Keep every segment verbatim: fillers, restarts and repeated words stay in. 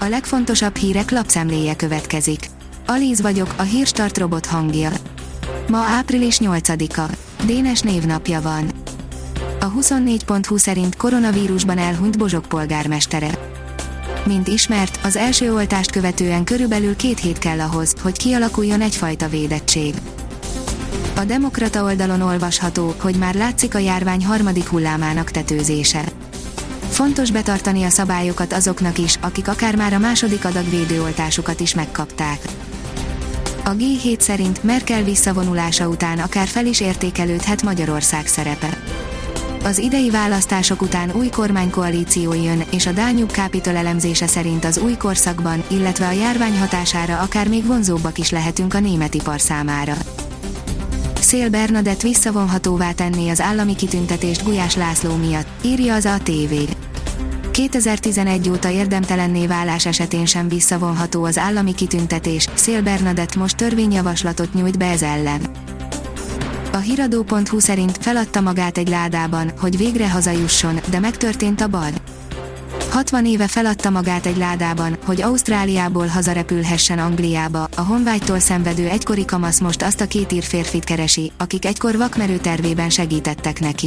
A legfontosabb hírek lapszemléje következik. Alíz vagyok, a Hírstart robot hangja. Ma április nyolcadika. Dénes névnapja van. A huszonnégy pont hu szerint koronavírusban elhunyt Bozsok polgármestere. Mint ismert, az első oltást követően körülbelül két hét kell ahhoz, hogy kialakuljon egyfajta védettség. A Demokrata oldalon olvasható, hogy már látszik a járvány harmadik hullámának tetőzése. Fontos betartani a szabályokat azoknak is, akik akár már a második adag védőoltásukat is megkapták. A gé hét szerint Merkel visszavonulása után akár fel is értékelődhet Magyarország szerepe. Az idei választások után új kormánykoalíció jön, és a Dányuk Capital elemzése szerint az új korszakban, illetve a járvány hatására akár még vonzóbbak is lehetünk a német ipar számára. Szél Bernadett visszavonhatóvá tenné az állami kitüntetést Gulyás László miatt, írja az á té vé. kétezer-tizenegy óta érdemtelenné válás esetén sem visszavonható az állami kitüntetés, Szél Bernadett most törvényjavaslatot nyújt be ez ellen. A hiradó pont hu szerint feladta magát egy ládában, hogy végre hazajusson, de megtörtént a bal. hatvan éve feladta magát egy ládában, hogy Ausztráliából hazarepülhessen Angliába, a honvágytól szenvedő egykori kamasz most azt a két ír férfit keresi, akik egykor vakmerő tervében segítettek neki.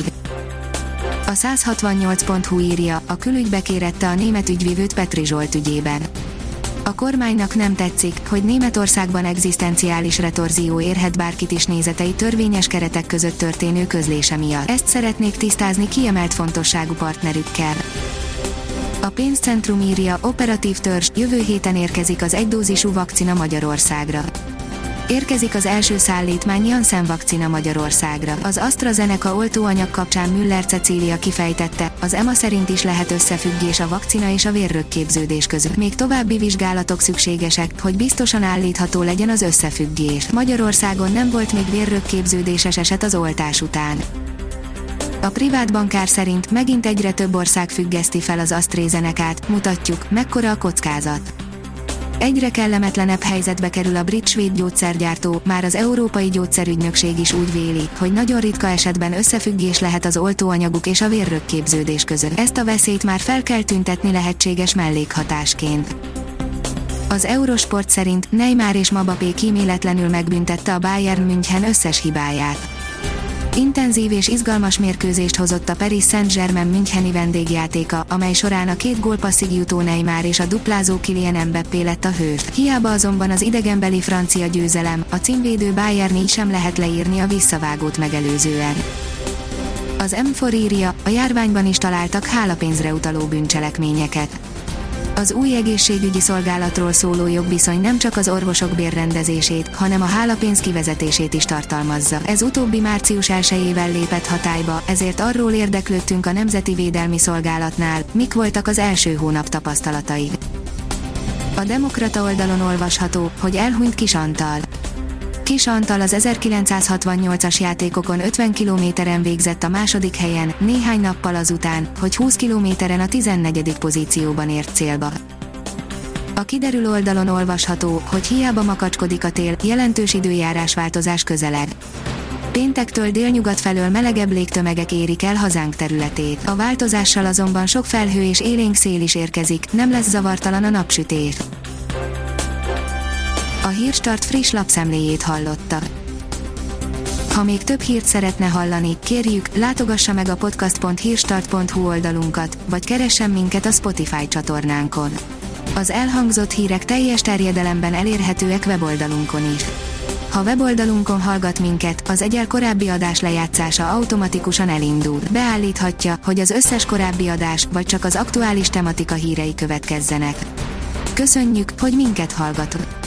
A száz hatvannyolc pont hu írja, a külügybe kérette a német ügyvivőt Petri Zsolt ügyében. A kormánynak nem tetszik, hogy Németországban egzisztenciális retorzió érhet bárkit is nézetei törvényes keretek között történő közlése miatt. Ezt szeretnék tisztázni kiemelt fontosságú partnerükkel. A pénzcentrum írja, operatív törzs, jövő héten érkezik az egydózisú vakcina Magyarországra. Érkezik az első szállítmány Janssen vakcina Magyarországra. Az AstraZeneca oltóanyag kapcsán Müller Cecília kifejtette, az é e em á szerint is lehet összefüggés a vakcina és a vérrögképződés között. Még további vizsgálatok szükségesek, hogy biztosan állítható legyen az összefüggés. Magyarországon nem volt még vérrögképződéses eset az oltás után. A privát bankár szerint megint egyre több ország függeszti fel az AstraZenecát, mutatjuk, mekkora a kockázat. Egyre kellemetlenebb helyzetbe kerül a brit-svéd gyógyszergyártó, már az Európai Gyógyszerügynökség is úgy véli, hogy nagyon ritka esetben összefüggés lehet az oltóanyaguk és a vérrögképződés között. Ezt a veszélyt már fel kell tüntetni lehetséges mellékhatásként. Az Eurosport szerint Neymar és Mbappé kíméletlenül megbüntette a Bayern München összes hibáját. Intenzív és izgalmas mérkőzést hozott a Paris Saint-Germain müncheni vendégjátéka, amely során a két gólpasszig jutó Neymar és a duplázó Kylian Mbappé lett a hős. Hiába azonban az idegenbeli francia győzelem, a címvédő Bayern így sem lehet leírni a visszavágót megelőzően. Az M négy írja, a járványban is találtak hálapénzre utaló bűncselekményeket. Az új egészségügyi szolgálatról szóló jogviszony nem csak az orvosok bérrendezését, hanem a hálapénz kivezetését is tartalmazza. Ez utóbbi március elsejével lépett hatályba, ezért arról érdeklődtünk a Nemzeti Védelmi Szolgálatnál, mik voltak az első hónap tapasztalatai. A Demokrata oldalon olvasható, hogy elhunyt Kis Antal. Kis Antal az ezerkilencszázhatvannyolcas játékokon ötven kilométeren végzett a második helyen, néhány nappal azután, hogy húsz kilométeren a tizennegyedik pozícióban ért célba. A Kiderül oldalon olvasható, hogy hiába makacskodik a tél, jelentős időjárásváltozás közeleg. Péntektől délnyugat felől melegebb légtömegek érik el hazánk területét. A változással azonban sok felhő és élénk szél is érkezik, nem lesz zavartalan a napsütés. A Hírstart friss lapszemléjét hallotta. Ha még több hírt szeretne hallani, kérjük, látogassa meg a podcast pont hírstart pont hu oldalunkat, vagy keressen minket a Spotify csatornánkon. Az elhangzott hírek teljes terjedelemben elérhetőek weboldalunkon is. Ha weboldalunkon hallgat minket, az egyel korábbi adás lejátszása automatikusan elindul. Beállíthatja, hogy az összes korábbi adás, vagy csak az aktuális tematika hírei következzenek. Köszönjük, hogy minket hallgatott!